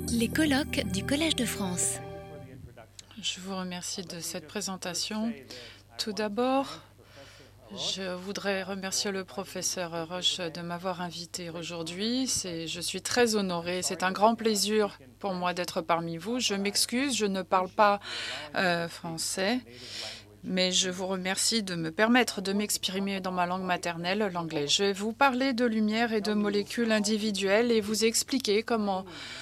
Les colloques du Collège de France. Je vous remercie de cette présentation. Tout d'abord, je voudrais remercier le professeur Roche de m'avoir invité aujourd'hui. Je suis très honorée. C'est un grand plaisir pour moi d'être parmi vous. Je m'excuse, je ne parle pas français, mais je vous remercie de me permettre de m'exprimer dans ma langue maternelle, l'anglais. Je vais vous parler de lumière et de molécules individuelles et vous expliquer comment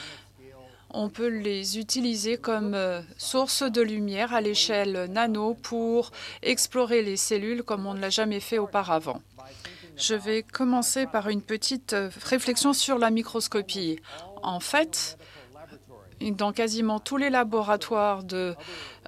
on peut les utiliser comme source de lumière à l'échelle nano pour explorer les cellules comme on ne l'a jamais fait auparavant. Je vais commencer par une petite réflexion sur la microscopie. En fait, dans quasiment tous les laboratoires de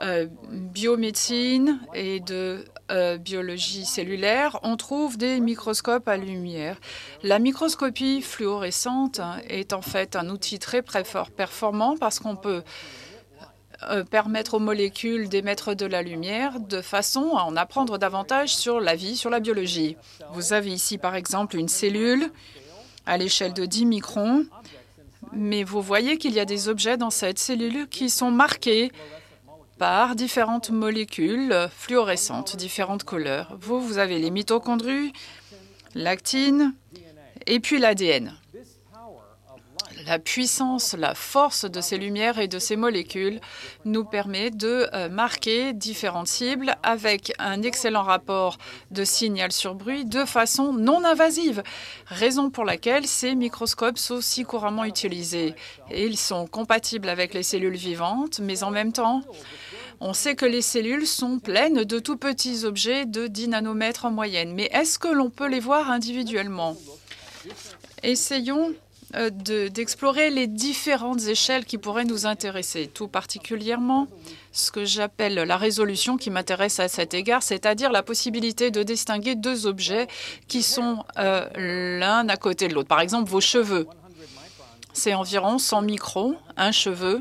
biomédecine et de biologie cellulaire, on trouve des microscopes à lumière. La microscopie fluorescente est en fait un outil très performant parce qu'on peut permettre aux molécules d'émettre de la lumière de façon à en apprendre davantage sur la vie, sur la biologie. Vous avez ici par exemple une cellule à l'échelle de 10 microns, mais vous voyez qu'il y a des objets dans cette cellule qui sont marqués par différentes molécules fluorescentes, différentes couleurs. Vous avez les mitochondries, l'actine et puis l'ADN. La puissance, la force de ces lumières et de ces molécules nous permet de marquer différentes cibles avec un excellent rapport de signal sur bruit de façon non invasive, raison pour laquelle ces microscopes sont si couramment utilisés. Et ils sont compatibles avec les cellules vivantes, mais en même temps, on sait que les cellules sont pleines de tout petits objets de 10 nanomètres en moyenne. Mais est-ce que l'on peut les voir individuellement? Essayons d'explorer les différentes échelles qui pourraient nous intéresser, tout particulièrement ce que j'appelle la résolution qui m'intéresse à cet égard, c'est-à-dire la possibilité de distinguer deux objets qui sont l'un à côté de l'autre. Par exemple, vos cheveux. C'est environ 100 microns, un cheveu.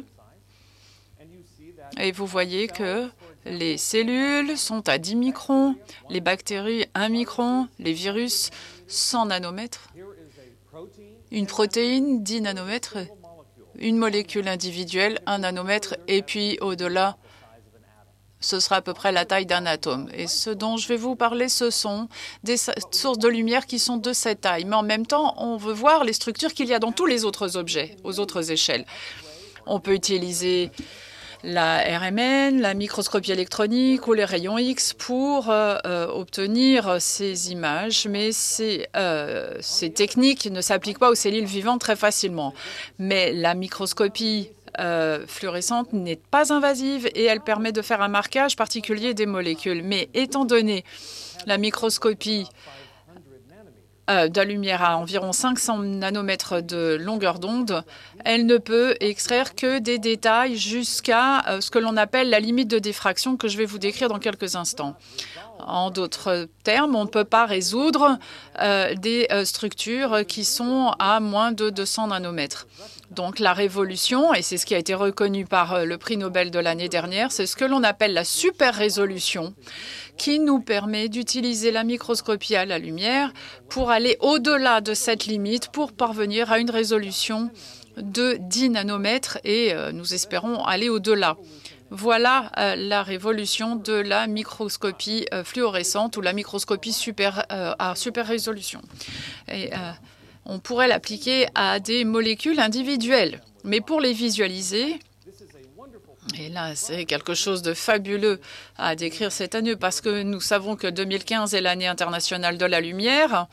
Et vous voyez que les cellules sont à 10 microns, les bactéries 1 micron, les virus 100 nanomètres. Une protéine, 10 nanomètres, une molécule individuelle, 1 nanomètre, et puis au-delà, ce sera à peu près la taille d'un atome. Et ce dont je vais vous parler, ce sont des sources de lumière qui sont de cette taille. Mais en même temps, on veut voir les structures qu'il y a dans tous les autres objets, aux autres échelles. On peut utiliser la RMN, la microscopie électronique ou les rayons X pour obtenir ces images, mais ces techniques ne s'appliquent pas aux cellules vivantes très facilement. Mais la microscopie fluorescente n'est pas invasive et elle permet de faire un marquage particulier des molécules. Mais étant donné la microscopie de la lumière à environ 500 nanomètres de longueur d'onde, elle ne peut extraire que des détails jusqu'à ce que l'on appelle la limite de diffraction que je vais vous décrire dans quelques instants. En d'autres termes, on ne peut pas résoudre des structures qui sont à moins de 200 nanomètres. Donc la révolution, et c'est ce qui a été reconnu par le prix Nobel de l'année dernière, c'est ce que l'on appelle la super résolution, qui nous permet d'utiliser la microscopie à la lumière pour aller au-delà de cette limite pour parvenir à une résolution de 10 nanomètres et nous espérons aller au-delà. Voilà la révolution de la microscopie fluorescente ou la microscopie à super résolution. Et, on pourrait l'appliquer à des molécules individuelles. Mais pour les visualiser, et là, c'est quelque chose de fabuleux à décrire cette année parce que nous savons que 2015 est l'année internationale de la lumière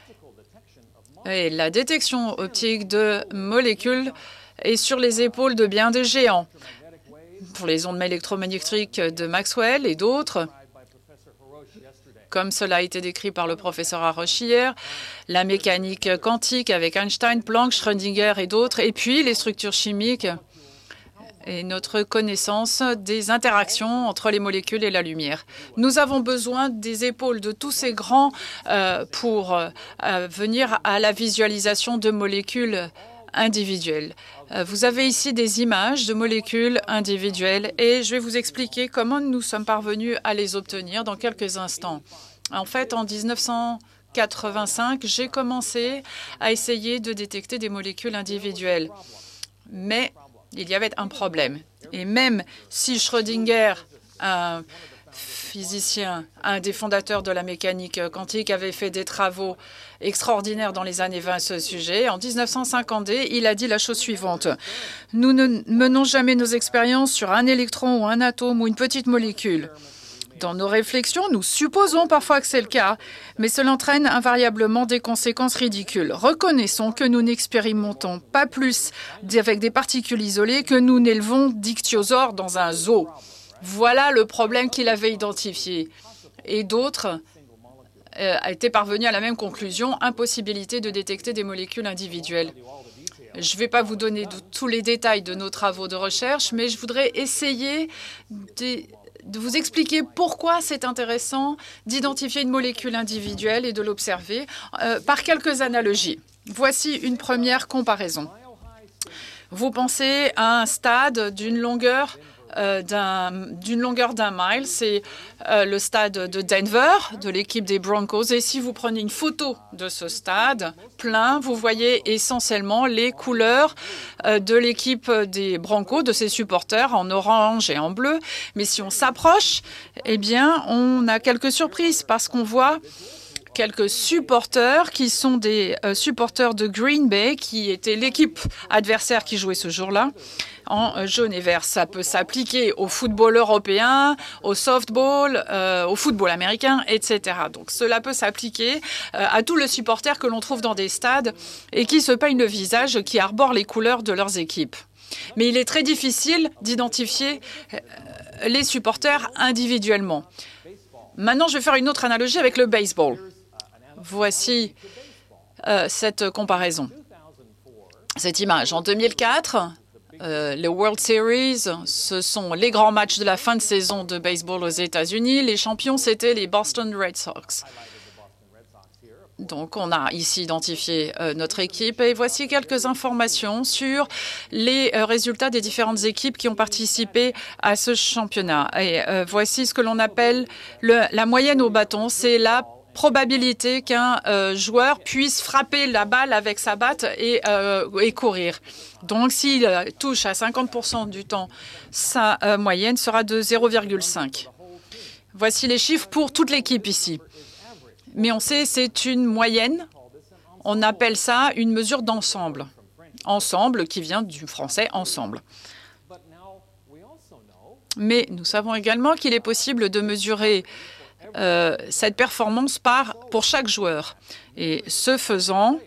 et la détection optique de molécules est sur les épaules de bien des géants. Pour les ondes électromagnétiques de Maxwell et d'autres, comme cela a été décrit par le professeur Haroche hier, la mécanique quantique avec Einstein, Planck, Schrödinger et d'autres, et puis les structures chimiques et notre connaissance des interactions entre les molécules et la lumière. Nous avons besoin des épaules de tous ces grands pour venir à la visualisation de molécules individuelles. Vous avez ici des images de molécules individuelles et je vais vous expliquer comment nous sommes parvenus à les obtenir dans quelques instants. En fait, en 1985, j'ai commencé à essayer de détecter des molécules individuelles. Mais il y avait un problème. Et même si Schrödinger, un physicien, un des fondateurs de la mécanique quantique, avait fait des travaux extraordinaires dans les années 20 à ce sujet, en 1950, il a dit la chose suivante. Nous ne menons jamais nos expériences sur un électron ou un atome ou une petite molécule. Dans nos réflexions, nous supposons parfois que c'est le cas, mais cela entraîne invariablement des conséquences ridicules. Reconnaissons que nous n'expérimentons pas plus avec des particules isolées que nous n'élevons d'ichthyosaures dans un zoo. Voilà le problème qu'il avait identifié. Et d'autres étaient parvenus à la même conclusion, impossibilité de détecter des molécules individuelles. Je ne vais pas vous donner tous les détails de nos travaux de recherche, mais je voudrais essayer de vous expliquer pourquoi c'est intéressant d'identifier une molécule individuelle et de l'observer par quelques analogies. Voici une première comparaison. Vous pensez à un stade d'une longueur d'un mile, c'est le stade de Denver, de l'équipe des Broncos. Et si vous prenez une photo de ce stade plein, vous voyez essentiellement les couleurs de l'équipe des Broncos, de ses supporters, en orange et en bleu. Mais si on s'approche, eh bien, on a quelques surprises parce qu'on voit quelques supporters qui sont des supporters de Green Bay, qui était l'équipe adversaire qui jouait ce jour-là, en jaune et vert. Ça peut s'appliquer au football européen, au softball, au football américain, etc. Donc cela peut s'appliquer à tous les supporters que l'on trouve dans des stades et qui se peignent le visage, qui arborent les couleurs de leurs équipes. Mais il est très difficile d'identifier les supporters individuellement. Maintenant, je vais faire une autre analogie avec le baseball. Voici cette comparaison, cette image. En 2004, le World Series, ce sont les grands matchs de la fin de saison de baseball aux États-Unis. Les champions, c'était les Boston Red Sox. Donc, on a ici identifié notre équipe et voici quelques informations sur les résultats des différentes équipes qui ont participé à ce championnat. Et voici ce que l'on appelle la moyenne au bâton. C'est la probabilité qu'un joueur puisse frapper la balle avec sa batte et courir. Donc, s'il touche à 50% du temps, sa moyenne sera de 0,5. Voici les chiffres pour toute l'équipe ici. Mais on sait c'est une moyenne. On appelle ça une mesure d'ensemble. Ensemble, qui vient du français ensemble. Mais nous savons également qu'il est possible de mesurer cette performance pour chaque joueur. Et ce faisant,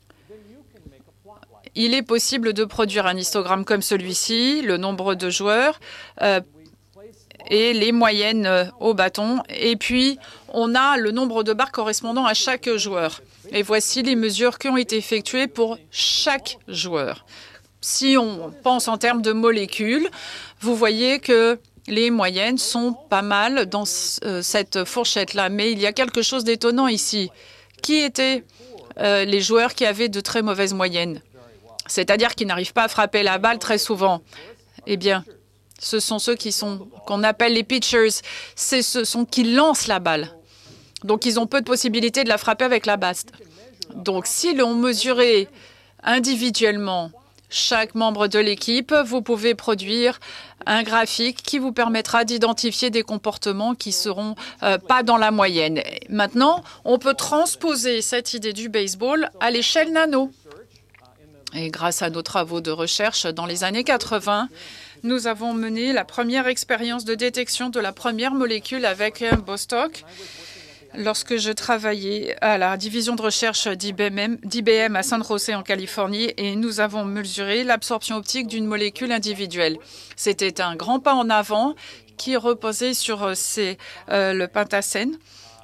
il est possible de produire un histogramme comme celui-ci, le nombre de joueurs et les moyennes au bâton. Et puis, on a le nombre de barres correspondant à chaque joueur. Et voici les mesures qui ont été effectuées pour chaque joueur. Si on pense en termes de molécules, vous voyez que les moyennes sont pas mal dans cette fourchette-là. Mais il y a quelque chose d'étonnant ici. Qui étaient les joueurs qui avaient de très mauvaises moyennes? C'est-à-dire qui n'arrivent pas à frapper la balle très souvent. Eh bien, ce sont ceux qu'on appelle les pitchers. Ce sont qui lancent la balle. Donc, ils ont peu de possibilités de la frapper avec la batte. Donc, si l'on mesurait individuellement chaque membre de l'équipe, vous pouvez produire un graphique qui vous permettra d'identifier des comportements qui ne seront pas dans la moyenne. Maintenant, on peut transposer cette idée du baseball à l'échelle nano. Et grâce à nos travaux de recherche dans les années 80, nous avons mené la première expérience de détection de la première molécule avec Bostock. Lorsque je travaillais à la division de recherche d'IBM à San José en Californie, et nous avons mesuré l'absorption optique d'une molécule individuelle. C'était un grand pas en avant qui reposait sur le pentacène.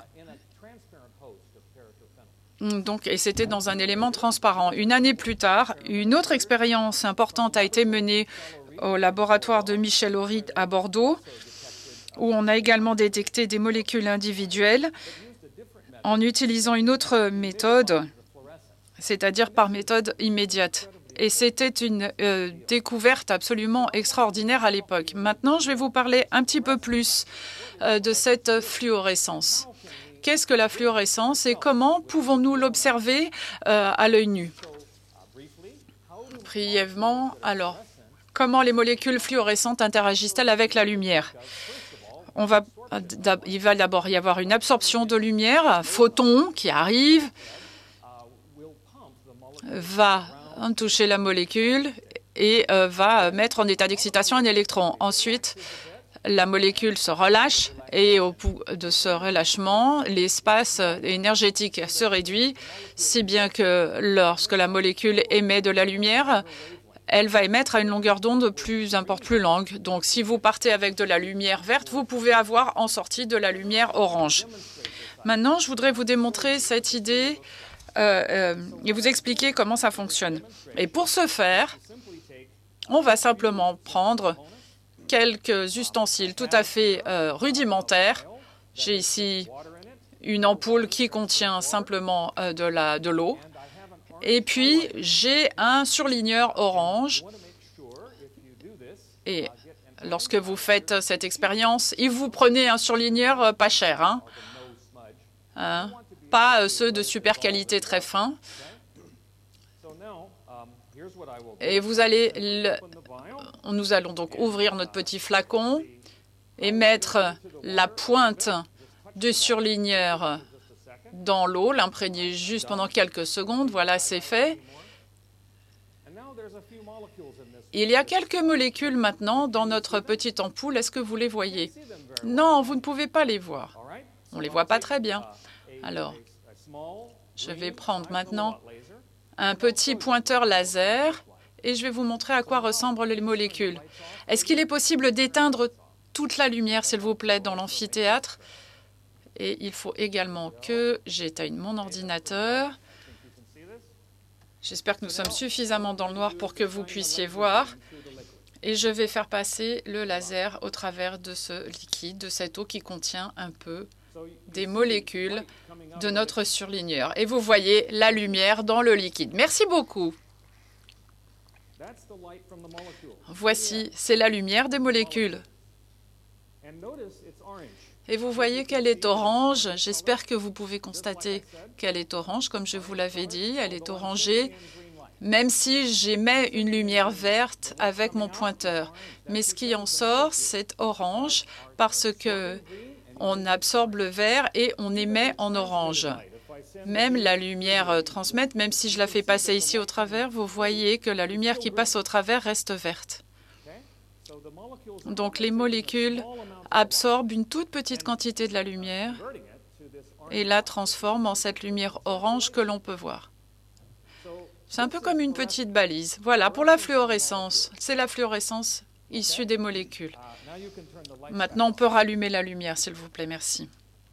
Et c'était dans un élément transparent. Une année plus tard, une autre expérience importante a été menée au laboratoire de Michel Aury à Bordeaux, où on a également détecté des molécules individuelles en utilisant une autre méthode, c'est-à-dire par méthode immédiate. Et c'était une découverte absolument extraordinaire à l'époque. Maintenant, je vais vous parler un petit peu plus de cette fluorescence. Qu'est-ce que la fluorescence et comment pouvons-nous l'observer à l'œil nu? Brièvement, alors, comment les molécules fluorescentes interagissent-elles avec la lumière? Il va d'abord y avoir une absorption de lumière, un photon qui arrive, va toucher la molécule et va mettre en état d'excitation un électron. Ensuite, la molécule se relâche et au bout de ce relâchement, l'espace énergétique se réduit, si bien que lorsque la molécule émet de la lumière, elle va émettre à une longueur d'onde plus longue. Donc, si vous partez avec de la lumière verte, vous pouvez avoir en sortie de la lumière orange. Maintenant, je voudrais vous démontrer cette idée et vous expliquer comment ça fonctionne. Et pour ce faire, on va simplement prendre quelques ustensiles tout à fait rudimentaires. J'ai ici une ampoule qui contient simplement de l'eau. Et puis, j'ai un surligneur orange. Et lorsque vous faites cette expérience, vous prenez un surligneur pas cher, pas ceux de super qualité très fins. Et nous allons donc ouvrir notre petit flacon et mettre la pointe du surligneur dans l'eau, l'imprégner juste pendant quelques secondes. Voilà, c'est fait. Il y a quelques molécules maintenant dans notre petite ampoule. Est-ce que vous les voyez? Non, vous ne pouvez pas les voir. On ne les voit pas très bien. Alors, je vais prendre maintenant un petit pointeur laser et je vais vous montrer à quoi ressemblent les molécules. Est-ce qu'il est possible d'éteindre toute la lumière, s'il vous plaît, dans l'amphithéâtre? Et il faut également que j'éteigne mon ordinateur. J'espère que nous sommes suffisamment dans le noir pour que vous puissiez voir. Et je vais faire passer le laser au travers de ce liquide, de cette eau qui contient un peu des molécules de notre surligneur. Et vous voyez la lumière dans le liquide. Merci beaucoup. Voici, c'est la lumière des molécules. Et vous voyez qu'elle est orange. J'espère que vous pouvez constater qu'elle est orange, comme je vous l'avais dit. Elle est orangée, même si j'émets une lumière verte avec mon pointeur. Mais ce qui en sort, c'est orange, parce que on absorbe le vert et on émet en orange. Même la lumière transmette, même si je la fais passer ici au travers, vous voyez que la lumière qui passe au travers reste verte. Donc les molécules absorbent une toute petite quantité de la lumière et la transforment en cette lumière orange que l'on peut voir. C'est un peu comme une petite balise. Voilà, pour la fluorescence. C'est la fluorescence issue des molécules. Maintenant, on peut rallumer la lumière, s'il vous plaît. Merci.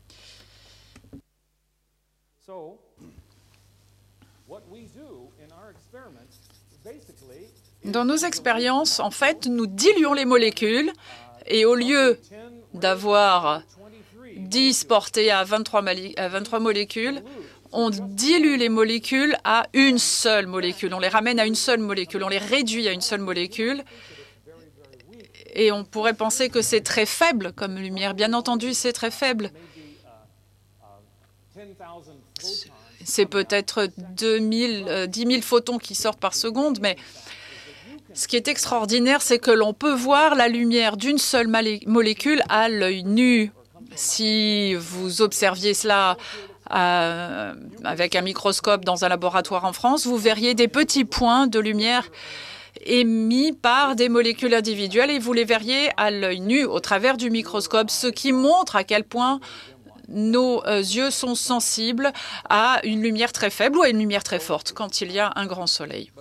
Dans nos expériences, en fait, nous diluons les molécules et au lieu d'avoir 10 portées à 23 molécules, on dilue les molécules à une seule molécule. On les ramène à une seule molécule, on les réduit à une seule molécule. Et on pourrait penser que c'est très faible comme lumière. Bien entendu, c'est très faible. C'est peut-être 10 000 photons qui sortent par seconde, mais ce qui est extraordinaire, c'est que l'on peut voir la lumière d'une seule molécule à l'œil nu. Si vous observiez cela avec un microscope dans un laboratoire en France, vous verriez des petits points de lumière émis par des molécules individuelles et vous les verriez à l'œil nu au travers du microscope, ce qui montre à quel point nos yeux sont sensibles à une lumière très faible ou à une lumière très forte quand il y a un grand soleil.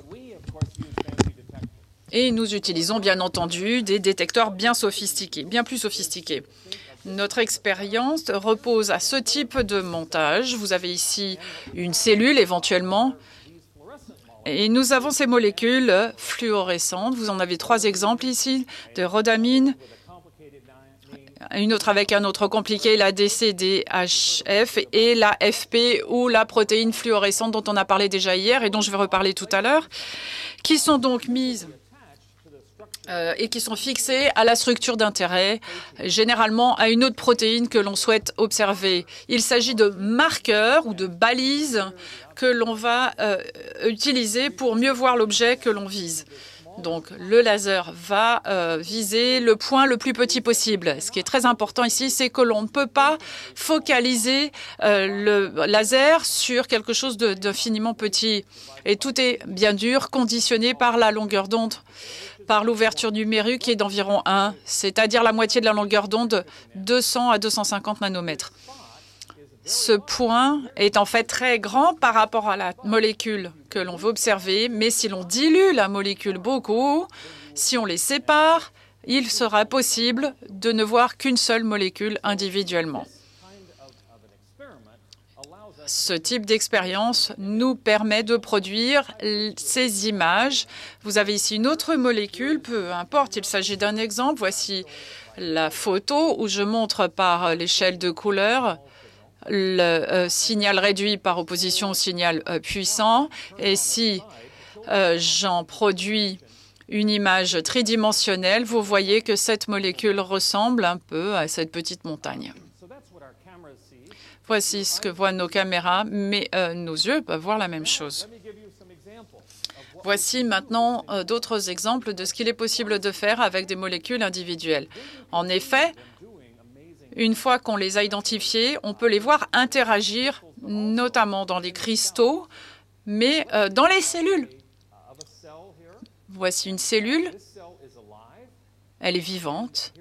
Et nous utilisons bien entendu des détecteurs bien sophistiqués, bien plus sophistiqués. Notre expérience repose à ce type de montage. Vous avez ici une cellule éventuellement. Et nous avons ces molécules fluorescentes. Vous en avez 3 exemples ici, de rhodamine, une autre avec un autre compliqué, la DCDHF, et la FP, ou la protéine fluorescente dont on a parlé déjà hier et dont je vais reparler tout à l'heure, qui sont donc mises et qui sont fixées à la structure d'intérêt, généralement à une autre protéine que l'on souhaite observer. Il s'agit de marqueurs ou de balises que l'on va utiliser pour mieux voir l'objet que l'on vise. Donc, le laser va viser le point le plus petit possible. Ce qui est très important ici, c'est que l'on ne peut pas focaliser le laser sur quelque chose d'infiniment petit. Et tout est bien dur, conditionné par la longueur d'onde, par l'ouverture numérique qui est d'environ 1, c'est-à-dire la moitié de la longueur d'onde, 200 à 250 nanomètres. Ce point est en fait très grand par rapport à la molécule que l'on veut observer, mais si l'on dilue la molécule beaucoup, si on les sépare, il sera possible de ne voir qu'une seule molécule individuellement. Ce type d'expérience nous permet de produire ces images. Vous avez ici une autre molécule, peu importe, il s'agit d'un exemple. Voici la photo où je montre par l'échelle de couleur le signal réduit par opposition au signal puissant. Et si j'en produis une image tridimensionnelle, vous voyez que cette molécule ressemble un peu à cette petite montagne. Voici ce que voient nos caméras, mais nos yeux peuvent voir la même chose. Voici maintenant d'autres exemples de ce qu'il est possible de faire avec des molécules individuelles. En effet, une fois qu'on les a identifiées, on peut les voir interagir, notamment dans les cristaux, mais dans les cellules. Voici une cellule. Elle est vivante.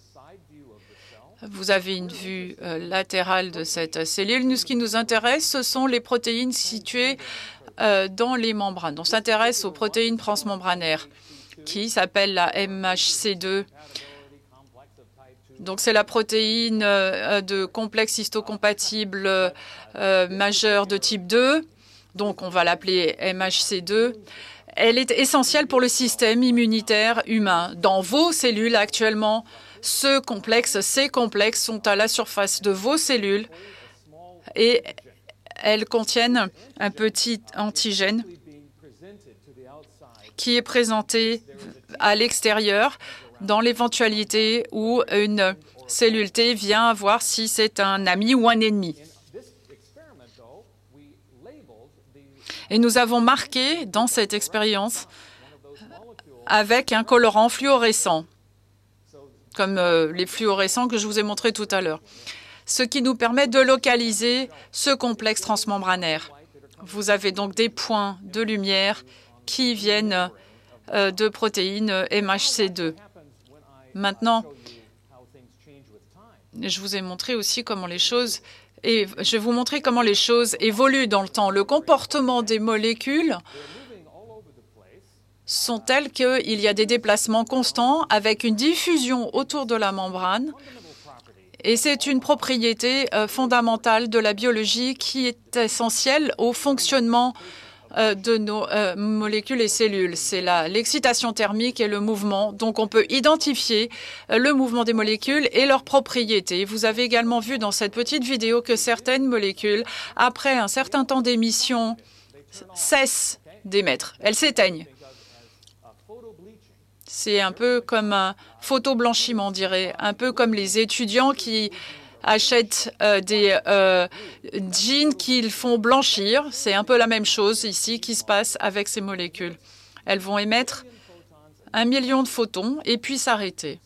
Vous avez une vue latérale de cette cellule. Nous, ce qui nous intéresse, ce sont les protéines situées dans les membranes. On s'intéresse aux protéines transmembranaires qui s'appellent la MHC2. Donc, c'est la protéine de complexe histocompatible majeur de type 2. Donc, on va l'appeler MHC2. Elle est essentielle pour le système immunitaire humain. Dans vos cellules actuellement, ces complexes sont à la surface de vos cellules et elles contiennent un petit antigène qui est présenté à l'extérieur dans l'éventualité où une cellule T vient voir si c'est un ami ou un ennemi. Et nous avons marqué dans cette expérience avec un colorant fluorescent, comme les fluorescents que je vous ai montrés tout à l'heure, ce qui nous permet de localiser ce complexe transmembranaire. Vous avez donc des points de lumière qui viennent de protéines MHC2. Maintenant, je vous ai montré aussi comment les choses et je vais vous montrer comment les choses évoluent dans le temps. Le comportement des molécules sont tels qu'il y a des déplacements constants avec une diffusion autour de la membrane. Et c'est une propriété fondamentale de la biologie qui est essentielle au fonctionnement de nos molécules et cellules. C'est l'excitation thermique et le mouvement. Donc, on peut identifier le mouvement des molécules et leurs propriétés. Vous avez également vu dans cette petite vidéo que certaines molécules, après un certain temps d'émission, cessent d'émettre. Elles s'éteignent. C'est un peu comme un photoblanchiment, on dirait, un peu comme les étudiants qui achètent des jeans qu'ils font blanchir. C'est un peu la même chose ici qui se passe avec ces molécules. Elles vont émettre 1 million de photons et puis s'arrêter.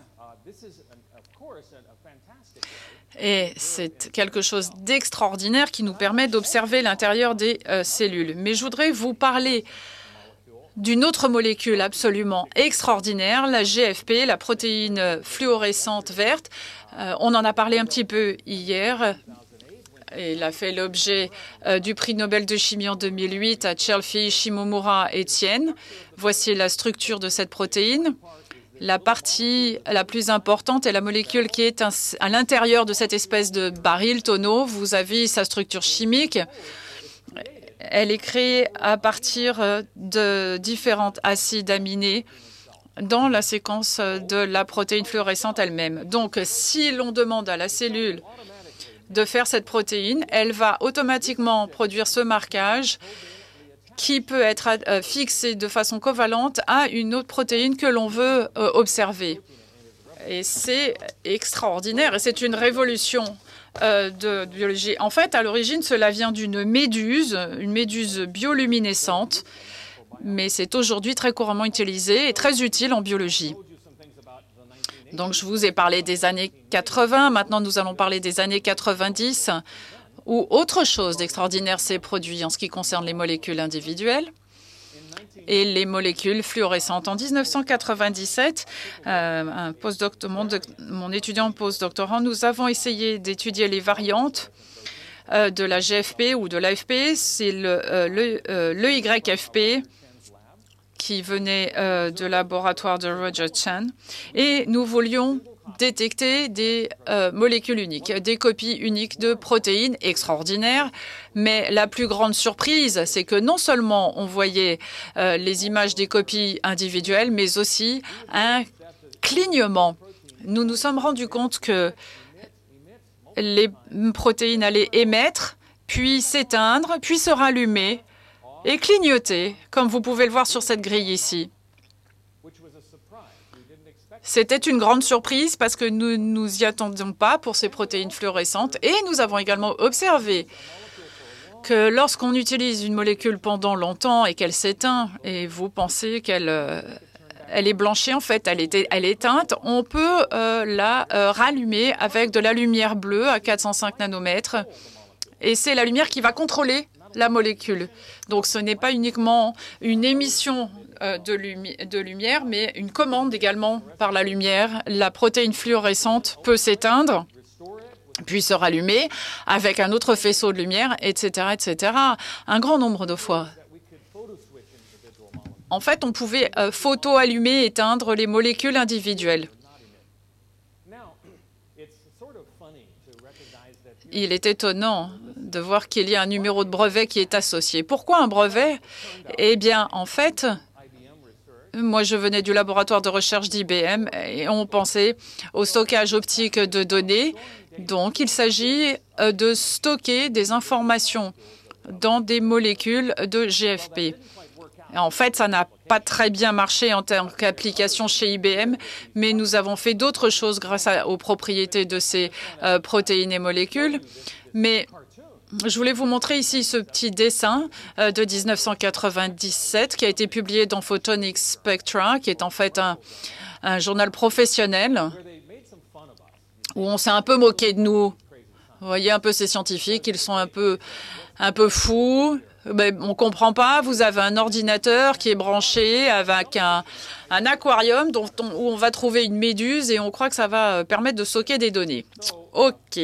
Et c'est quelque chose d'extraordinaire qui nous permet d'observer l'intérieur des cellules. Mais je voudrais vous parler d'une autre molécule absolument extraordinaire, la GFP, la protéine fluorescente verte. On en a parlé un petit peu hier. Elle a fait l'objet du prix Nobel de chimie en 2008 à Chelsea, Shimomura et Tien. Voici la structure de cette protéine. La partie la plus importante est la molécule qui est à l'intérieur de cette espèce de baril tonneau. Vous avez sa structure chimique. Elle est créée à partir de différents acides aminés dans la séquence de la protéine fluorescente elle-même. Donc, si l'on demande à la cellule de faire cette protéine, elle va automatiquement produire ce marquage qui peut être fixé de façon covalente à une autre protéine que l'on veut observer. Et c'est extraordinaire et c'est une révolution de biologie. En fait, à l'origine, cela vient d'une méduse, une méduse bioluminescente, mais c'est aujourd'hui très couramment utilisé et très utile en biologie. Donc, je vous ai parlé des années 80. Maintenant, nous allons parler des années 90, où autre chose d'extraordinaire s'est produit en ce qui concerne les molécules individuelles et les molécules fluorescentes. En 1997, mon étudiant postdoctorant, nous avons essayé d'étudier les variantes de la GFP ou de l'AFP. C'est le YFP qui venait du laboratoire de Roger Chan. Et nous voulions détecter des molécules uniques, des copies uniques de protéines extraordinaires. Mais la plus grande surprise, c'est que non seulement on voyait les images des copies individuelles, mais aussi un clignement. Nous nous sommes rendus compte que les protéines allaient émettre, puis s'éteindre, puis se rallumer et clignoter, comme vous pouvez le voir sur cette grille ici. C'était une grande surprise parce que nous ne nous y attendions pas pour ces protéines fluorescentes. Et nous avons également observé que lorsqu'on utilise une molécule pendant longtemps et qu'elle s'éteint, et vous pensez qu'elle est blanchie, en fait, elle est éteinte, on peut la rallumer avec de la lumière bleue à 405 nanomètres. Et c'est la lumière qui va contrôler la molécule. Donc, ce n'est pas uniquement une émission de lumière, mais une commande également par la lumière. La protéine fluorescente peut s'éteindre, puis se rallumer avec un autre faisceau de lumière, etc., etc., un grand nombre de fois. En fait, on pouvait photo-allumer et éteindre les molécules individuelles. Il est étonnant de voir qu'il y a un numéro de brevet qui est associé. Pourquoi un brevet? Eh bien, en fait, moi, je venais du laboratoire de recherche d'IBM et on pensait au stockage optique de données. Donc, il s'agit de stocker des informations dans des molécules de GFP. Et en fait, ça n'a pas très bien marché en tant qu'application chez IBM, mais nous avons fait d'autres choses grâce aux propriétés de ces protéines et molécules. Mais je voulais vous montrer ici ce petit dessin de 1997 qui a été publié dans Photonics Spectra, qui est en fait un journal professionnel où on s'est un peu moqué de nous. Vous voyez un peu ces scientifiques, ils sont un peu fous. Ben, on ne comprend pas. Vous avez un ordinateur qui est branché avec un aquarium où on va trouver une méduse et on croit que ça va permettre de stocker des données. OK.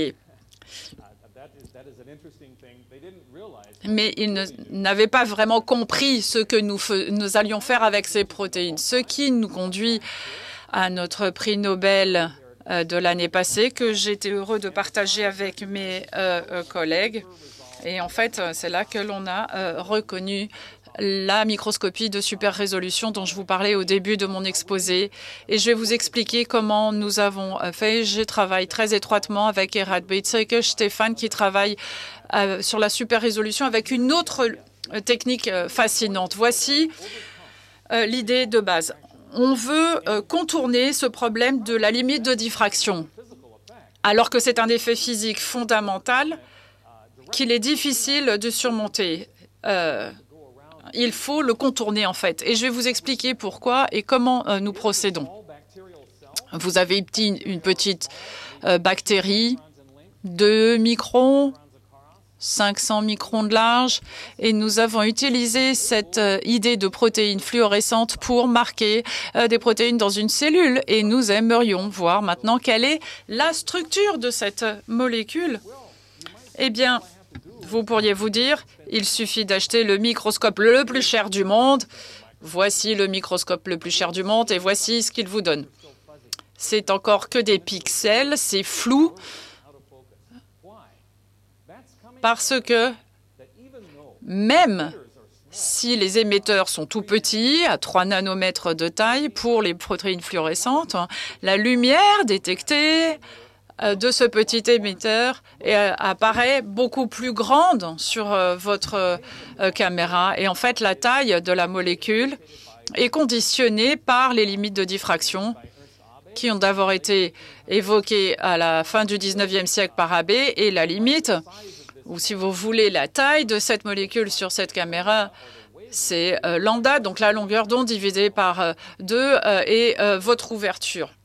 Mais ils n'avaient pas vraiment compris ce que nous allions faire avec ces protéines. Ce qui nous conduit à notre prix Nobel de l'année passée, que j'étais heureux de partager avec mes collègues. Et en fait, c'est là que l'on a reconnu la microscopie de super résolution dont je vous parlais au début de mon exposé. Et je vais vous expliquer comment nous avons fait. Je travaille très étroitement avec Erhard Beitzeke, Stéphane, qui travaille sur la super résolution avec une autre technique fascinante. Voici l'idée de base. On veut contourner ce problème de la limite de diffraction, alors que c'est un effet physique fondamental qu'il est difficile de surmonter. Il faut le contourner, en fait. Et je vais vous expliquer pourquoi et comment nous procédons. Vous avez une petite bactérie, 2 microns, 500 microns de large, et nous avons utilisé cette idée de protéines fluorescentes pour marquer des protéines dans une cellule. Et nous aimerions voir maintenant quelle est la structure de cette molécule. Eh bien, vous pourriez vous dire, il suffit d'acheter le microscope le plus cher du monde. Voici le microscope le plus cher du monde et voici ce qu'il vous donne. C'est encore que des pixels, c'est flou, parce que même si les émetteurs sont tout petits, à 3 nanomètres de taille pour les protéines fluorescentes, la lumière détectée de ce petit émetteur apparaît beaucoup plus grande sur votre caméra. Et en fait, la taille de la molécule est conditionnée par les limites de diffraction qui ont d'abord été évoquées à la fin du 19e siècle par Abbe. Et la limite, ou si vous voulez la taille de cette molécule sur cette caméra, C'est lambda, donc la longueur d'onde divisée par 2 et votre ouverture.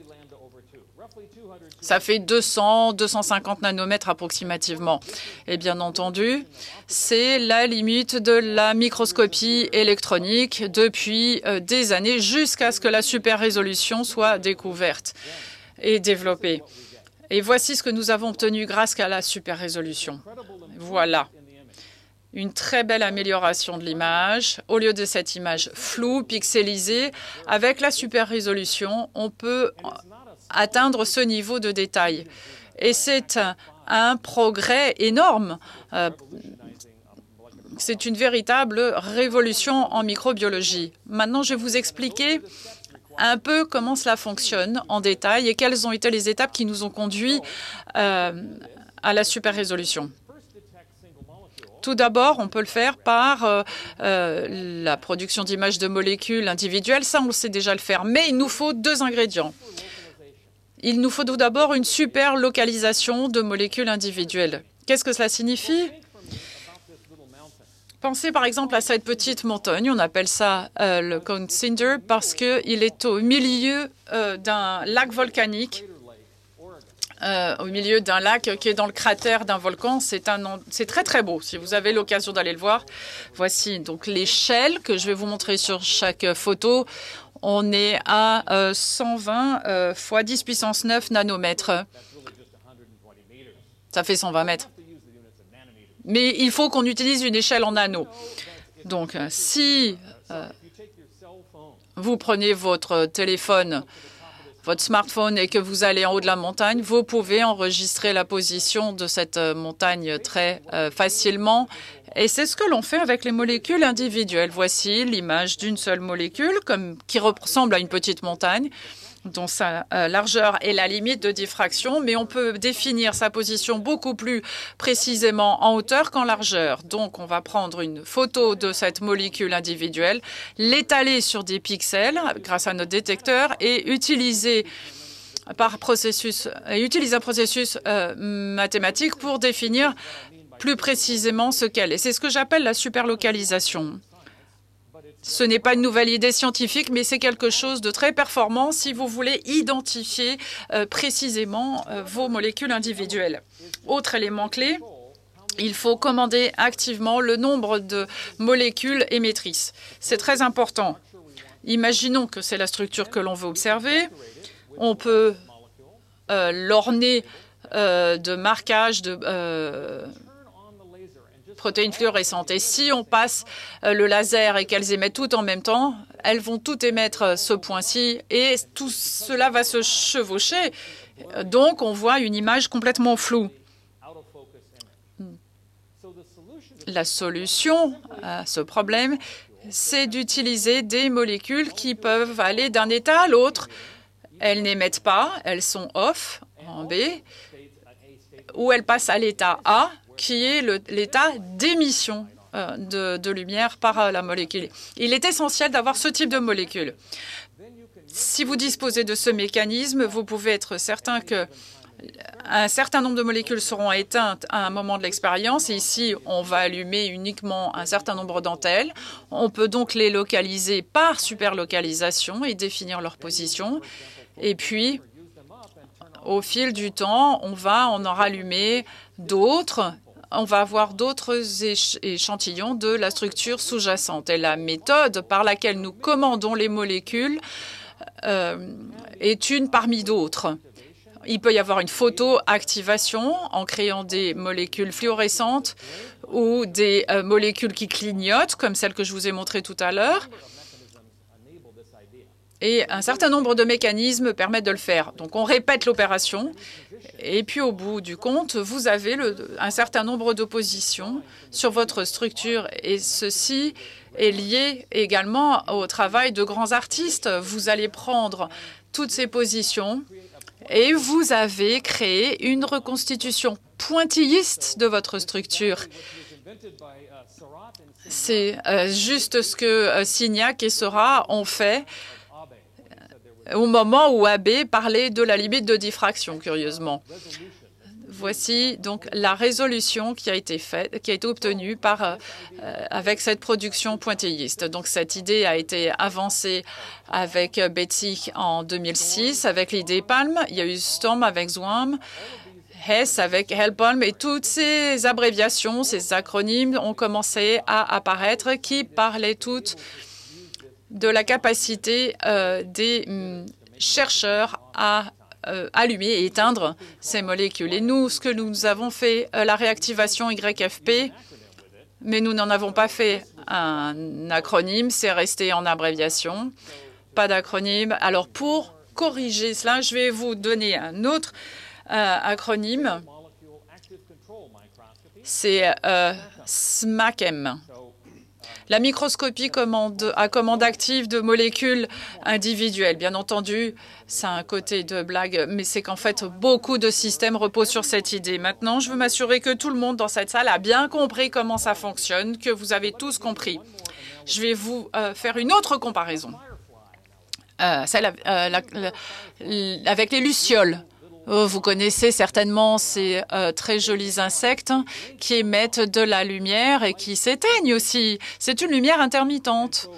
Ça fait 200, 250 nanomètres approximativement. Et bien entendu, c'est la limite de la microscopie électronique depuis des années jusqu'à ce que la super résolution soit découverte et développée. Et voici ce que nous avons obtenu grâce à la super résolution. Voilà. Une très belle amélioration de l'image. Au lieu de cette image floue, pixelisée, avec la super résolution, on peut atteindre ce niveau de détail. Et c'est un progrès énorme. C'est une véritable révolution en microbiologie. Maintenant, je vais vous expliquer un peu comment cela fonctionne en détail et quelles ont été les étapes qui nous ont conduits à la super résolution. Tout d'abord, on peut le faire par la production d'images de molécules individuelles. Ça, on sait déjà le faire. Mais il nous faut 2 ingrédients. Il nous faut tout d'abord une super localisation de molécules individuelles. Qu'est-ce que cela signifie? Pensez par exemple à cette petite montagne. On appelle ça le Cone Cinder parce qu'il est au milieu d'un lac volcanique. Au milieu d'un lac qui est dans le cratère d'un volcan. C'est très, très beau. Si vous avez l'occasion d'aller le voir, voici donc l'échelle que je vais vous montrer sur chaque photo. On est à 120 fois 10 puissance 9 nanomètres. Ça fait 120 mètres. Mais il faut qu'on utilise une échelle en nano. Donc, si vous prenez votre téléphone, votre smartphone et que vous allez en haut de la montagne, vous pouvez enregistrer la position de cette montagne très facilement. Et c'est ce que l'on fait avec les molécules individuelles. Voici l'image d'une seule molécule qui ressemble à une petite montagne dont sa largeur est la limite de diffraction, mais on peut définir sa position beaucoup plus précisément en hauteur qu'en largeur. Donc, on va prendre une photo de cette molécule individuelle, l'étaler sur des pixels grâce à notre détecteur et utiliser un processus mathématique pour définir plus précisément ce qu'elle est. C'est ce que j'appelle la superlocalisation. Ce n'est pas une nouvelle idée scientifique, mais c'est quelque chose de très performant si vous voulez identifier précisément vos molécules individuelles. Autre élément clé, il faut commander activement le nombre de molécules émettrices. C'est très important. Imaginons que c'est la structure que l'on veut observer. On peut l'orner de marquage de protéines fluorescentes. Et si on passe le laser et qu'elles émettent toutes en même temps, elles vont toutes émettre ce point-ci et tout cela va se chevaucher. Donc, on voit une image complètement floue. La solution à ce problème, c'est d'utiliser des molécules qui peuvent aller d'un état à l'autre. Elles n'émettent pas, elles sont off, en B, ou elles passent à l'état A, qui est l'état d'émission de lumière par la molécule. Il est essentiel d'avoir ce type de molécule. Si vous disposez de ce mécanisme, vous pouvez être certain qu'un certain nombre de molécules seront éteintes à un moment de l'expérience. Ici, on va allumer uniquement un certain nombre d'entre elles. On peut donc les localiser par superlocalisation et définir leur position. Et puis, au fil du temps, on va en rallumer d'autres. On va avoir d'autres échantillons de la structure sous-jacente. Et la méthode par laquelle nous commandons les molécules est une parmi d'autres. Il peut y avoir une photoactivation en créant des molécules fluorescentes ou des molécules qui clignotent, comme celle que je vous ai montrée tout à l'heure. Et un certain nombre de mécanismes permettent de le faire. Donc, on répète l'opération. Et puis, au bout du compte, vous avez un certain nombre d'oppositions sur votre structure. Et ceci est lié également au travail de grands artistes. Vous allez prendre toutes ces positions et vous avez créé une reconstitution pointilliste de votre structure. C'est juste ce que Signac et Seurat ont fait au moment où Abe parlait de la limite de diffraction, curieusement. Voici donc la résolution qui a été faite, qui a été obtenue avec cette production pointilliste. Donc cette idée a été avancée avec Betsy en 2006 avec l'idée Palm. Il y a eu Storm avec Zwam, Hess avec Helpalm, et toutes ces abréviations, ces acronymes ont commencé à apparaître qui parlaient toutes de la capacité des chercheurs à allumer et éteindre ces molécules. Et nous, ce que nous avons fait, la réactivation YFP, mais nous n'en avons pas fait un acronyme, c'est resté en abréviation, pas d'acronyme. Alors pour corriger cela, je vais vous donner un autre acronyme, c'est SMACM. La microscopie à commande active de molécules individuelles. Bien entendu, ça a un côté de blague, mais c'est qu'en fait, beaucoup de systèmes reposent sur cette idée. Maintenant, je veux m'assurer que tout le monde dans cette salle a bien compris comment ça fonctionne, que vous avez tous compris. Je vais vous faire une autre comparaison, celle avec les lucioles. Vous connaissez certainement ces très jolis insectes qui émettent de la lumière et qui s'éteignent aussi. C'est une lumière intermittente.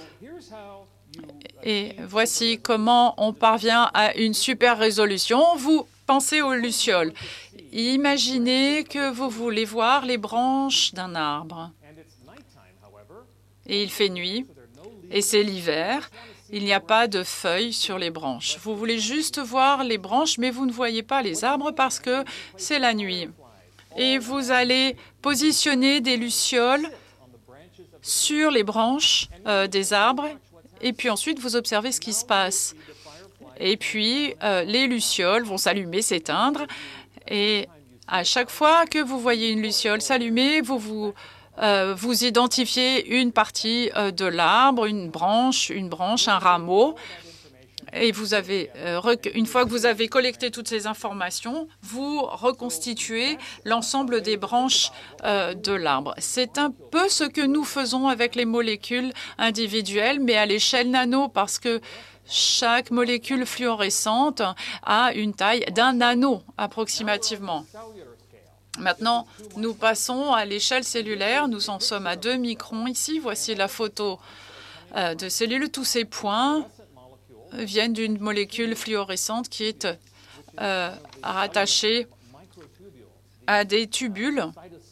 Et voici comment on parvient à une super résolution. Vous pensez aux lucioles. Imaginez que vous voulez voir les branches d'un arbre. Et il fait nuit, et c'est l'hiver. Il n'y a pas de feuilles sur les branches. Vous voulez juste voir les branches, mais vous ne voyez pas les arbres parce que c'est la nuit. Et vous allez positionner des lucioles sur les branches des arbres, et puis ensuite vous observez ce qui se passe. Et puis les lucioles vont s'allumer, s'éteindre, et à chaque fois que vous voyez une luciole s'allumer, vous identifiez une partie de l'arbre, une branche, un rameau. Et vous avez, une fois que vous avez collecté toutes ces informations, vous reconstituez l'ensemble des branches de l'arbre. C'est un peu ce que nous faisons avec les molécules individuelles, mais à l'échelle nano, parce que chaque molécule fluorescente a une taille d'un nano approximativement. Maintenant, nous passons à l'échelle cellulaire. Nous en sommes à 2 microns ici. Voici la photo de cellules. Tous ces points viennent d'une molécule fluorescente qui est rattachée à des tubules,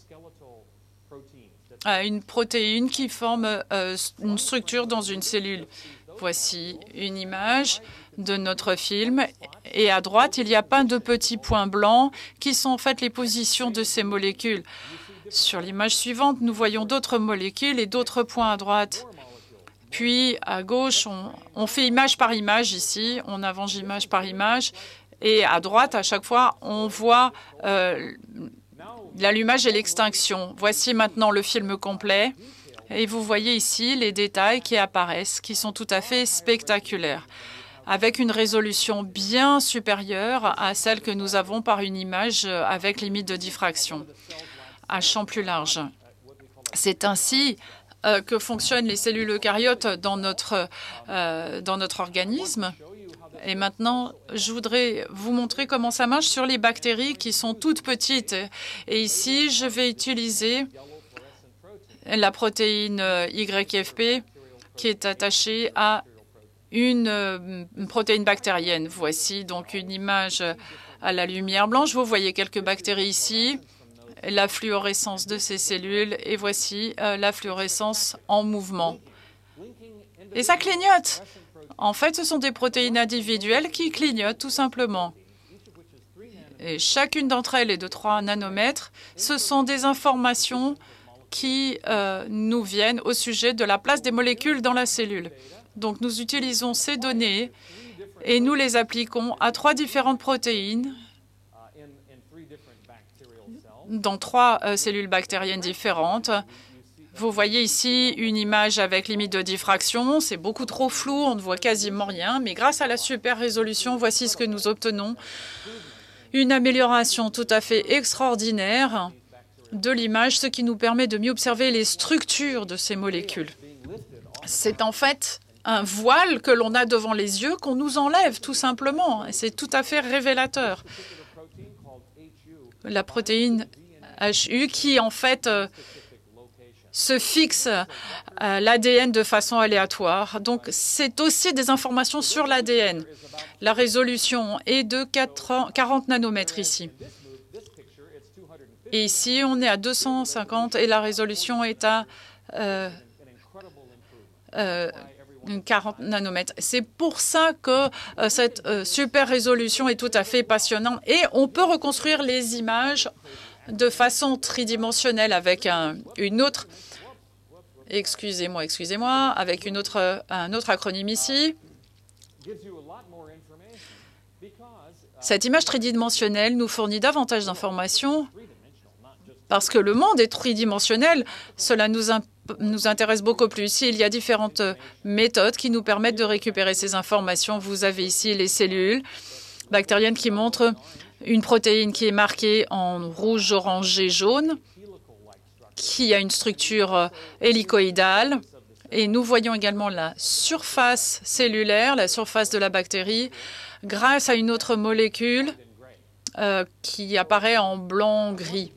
à une protéine qui forme une structure dans une cellule. Voici une image de notre film. Et à droite, il y a plein de petits points blancs qui sont en fait les positions de ces molécules. Sur l'image suivante, nous voyons d'autres molécules et d'autres points à droite. Puis à gauche, on fait image par image ici, on avance image par image. Et à droite, à chaque fois, on voit l'allumage et l'extinction. Voici maintenant le film complet. Et vous voyez ici les détails qui apparaissent, qui sont tout à fait spectaculaires, avec une résolution bien supérieure à celle que nous avons par une image avec limite de diffraction, à champ plus large. C'est ainsi que fonctionnent les cellules eucaryotes dans notre organisme. Et maintenant, je voudrais vous montrer comment ça marche sur les bactéries qui sont toutes petites. Et ici, je vais utiliser la protéine YFP qui est attachée à une protéine bactérienne. Voici donc une image à la lumière blanche. Vous voyez quelques bactéries ici, la fluorescence de ces cellules, et voici la fluorescence en mouvement. Et ça clignote. En fait, ce sont des protéines individuelles qui clignotent tout simplement. Et chacune d'entre elles est de 3 nanomètres. Ce sont des informations qui nous viennent au sujet de la place des molécules dans la cellule. Donc, nous utilisons ces données et nous les appliquons à 3 différentes protéines dans 3 cellules bactériennes différentes. Vous voyez ici une image avec limite de diffraction. C'est beaucoup trop flou, on ne voit quasiment rien. Mais grâce à la super résolution, voici ce que nous obtenons. Une amélioration tout à fait extraordinaire de l'image, ce qui nous permet de mieux observer les structures de ces molécules. C'est en fait un voile que l'on a devant les yeux qu'on nous enlève tout simplement. Et c'est tout à fait révélateur. la protéine HU qui, en fait, se fixe à l'ADN de façon aléatoire. Donc, c'est aussi des informations sur l'ADN. La résolution est de 40 nanomètres ici. Et ici, on est à 250 et la résolution est à 40 nanomètres. C'est pour ça que cette super résolution est tout à fait passionnante. Et on peut reconstruire les images de façon tridimensionnelle avec une autre... Excusez-moi, avec un autre acronyme ici. Cette image tridimensionnelle nous fournit davantage d'informations parce que le monde est tridimensionnel. Cela nous intéresse beaucoup plus. Il y a différentes méthodes qui nous permettent de récupérer ces informations. Vous avez ici les cellules bactériennes qui montrent une protéine qui est marquée en rouge, orangé, jaune, qui a une structure hélicoïdale. Et nous voyons également la surface cellulaire, la surface de la bactérie, grâce à une autre molécule qui apparaît en blanc-gris.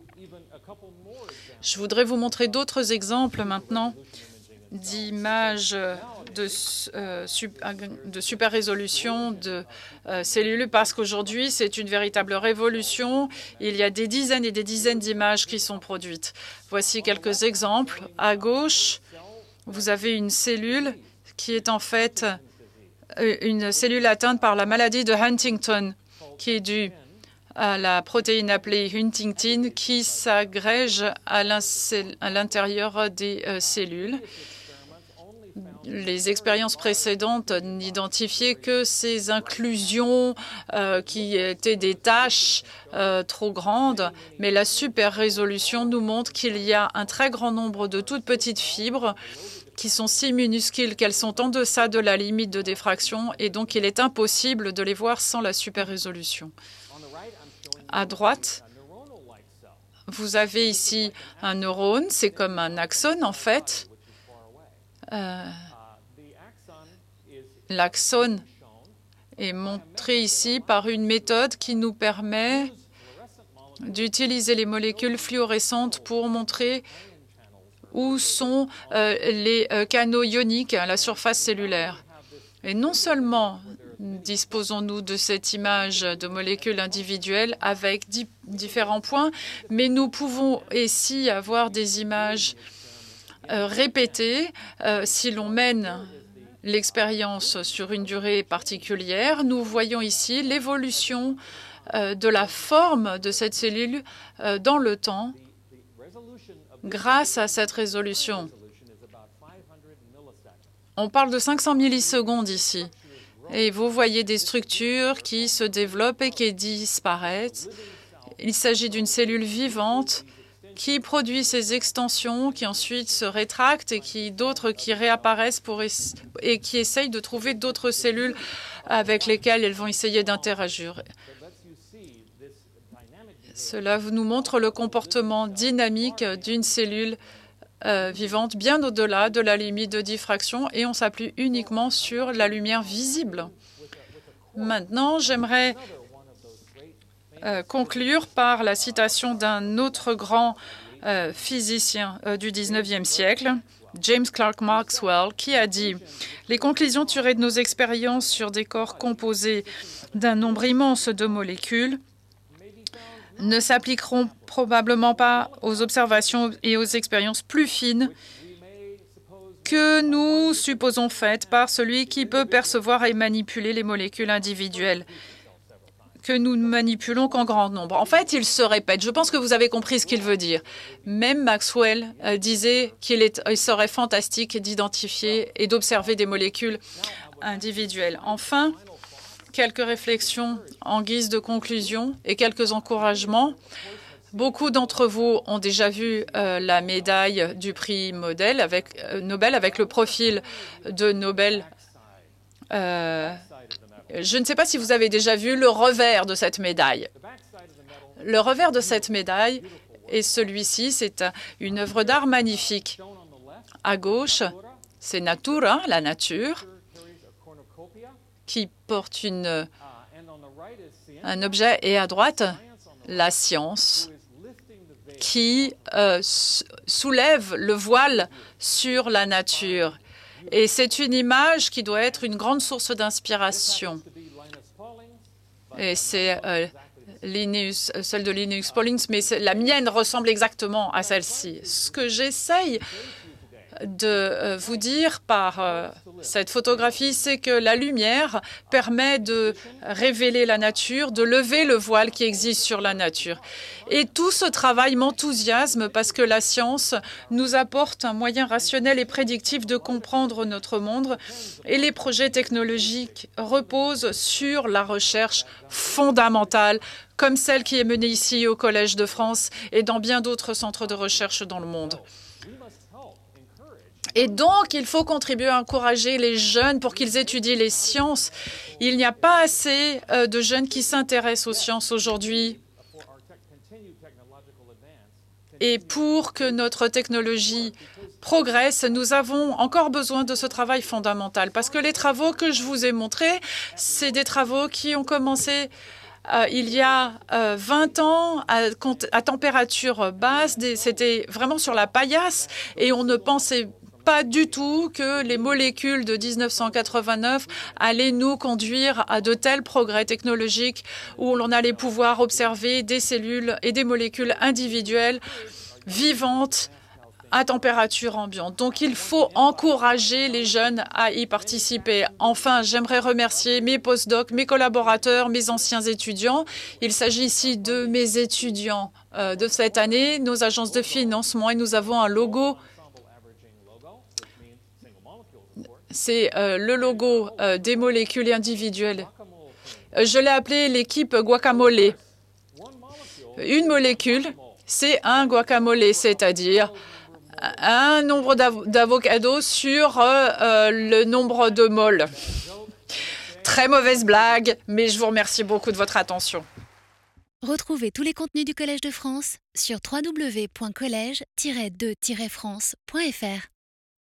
Je voudrais vous montrer d'autres exemples maintenant d'images de super résolution de cellules parce qu'aujourd'hui, c'est une véritable révolution. Il y a des dizaines et des dizaines d'images qui sont produites. Voici quelques exemples. À gauche, vous avez une cellule qui est en fait une cellule atteinte par la maladie de Huntington, qui est due à la protéine appelée huntingtin qui s'agrège à l'intérieur des cellules. Les expériences précédentes n'identifiaient que ces inclusions qui étaient des tâches trop grandes, mais la super résolution nous montre qu'il y a un très grand nombre de toutes petites fibres qui sont si minuscules qu'elles sont en deçà de la limite de diffraction et donc il est impossible de les voir sans la super résolution. À droite, vous avez ici un neurone, c'est comme un axone en fait. L'axone est montré ici par une méthode qui nous permet d'utiliser les molécules fluorescentes pour montrer où sont les canaux ioniques à la surface cellulaire. Et non seulement disposons-nous de cette image de molécules individuelles avec différents points, mais nous pouvons ici avoir des images répétées. Si l'on mène l'expérience sur une durée particulière, nous voyons ici l'évolution de la forme de cette cellule dans le temps grâce à cette résolution. On parle de 500 millisecondes ici. Et vous voyez des structures qui se développent et qui disparaissent. Il s'agit d'une cellule vivante qui produit ces extensions, qui ensuite se rétractent et d'autres qui réapparaissent et qui essayent de trouver d'autres cellules avec lesquelles elles vont essayer d'interagir. Cela nous montre le comportement dynamique d'une cellule vivante bien au-delà de la limite de diffraction et on s'appuie uniquement sur la lumière visible. Maintenant, j'aimerais conclure par la citation d'un autre grand physicien du XIXe siècle, James Clerk Maxwell, qui a dit « Les conclusions tirées de nos expériences sur des corps composés d'un nombre immense de molécules ne s'appliqueront probablement pas aux observations et aux expériences plus fines que nous supposons faites par celui qui peut percevoir et manipuler les molécules individuelles que nous ne manipulons qu'en grand nombre. » En fait, il se répète. Je pense que vous avez compris ce qu'il veut dire. Même Maxwell disait qu'il serait fantastique d'identifier et d'observer des molécules individuelles. Enfin, quelques réflexions en guise de conclusion et quelques encouragements. Beaucoup d'entre vous ont déjà vu la médaille du prix Nobel avec le profil de Nobel. Je ne sais pas si vous avez déjà vu le revers de cette médaille. Le revers de cette médaille est celui-ci. C'est une œuvre d'art magnifique. À gauche, c'est Natura, la nature, qui porte un objet, et à droite, la science qui soulève le voile sur la nature. Et c'est une image qui doit être une grande source d'inspiration. Et c'est celle de Linus Pauling, mais la mienne ressemble exactement à celle-ci. Ce que j'essaye de vous dire par cette photographie, c'est que la lumière permet de révéler la nature, de lever le voile qui existe sur la nature. Et tout ce travail m'enthousiasme parce que la science nous apporte un moyen rationnel et prédictif de comprendre notre monde. Et les projets technologiques reposent sur la recherche fondamentale, comme celle qui est menée ici au Collège de France et dans bien d'autres centres de recherche dans le monde. Et donc, il faut contribuer à encourager les jeunes pour qu'ils étudient les sciences. Il n'y a pas assez de jeunes qui s'intéressent aux sciences aujourd'hui. Et pour que notre technologie progresse, nous avons encore besoin de ce travail fondamental. Parce que les travaux que je vous ai montrés, c'est des travaux qui ont commencé il y a 20 ans à température basse. C'était vraiment sur la paillasse et on ne pensait pas du tout que les molécules de 1989 allaient nous conduire à de tels progrès technologiques où l'on allait pouvoir observer des cellules et des molécules individuelles vivantes à température ambiante. Donc, il faut encourager les jeunes à y participer. Enfin, j'aimerais remercier mes postdocs, mes collaborateurs, mes anciens étudiants. Il s'agit ici de mes étudiants de cette année, nos agences de financement, et nous avons un logo. C'est le logo des molécules individuelles. Je l'ai appelé l'équipe guacamole. Une molécule, c'est un guacamole, c'est-à-dire un nombre d'avocados sur le nombre de moles. Très mauvaise blague, mais je vous remercie beaucoup de votre attention. Retrouvez tous les contenus du Collège de France sur www.collège-2-france.fr.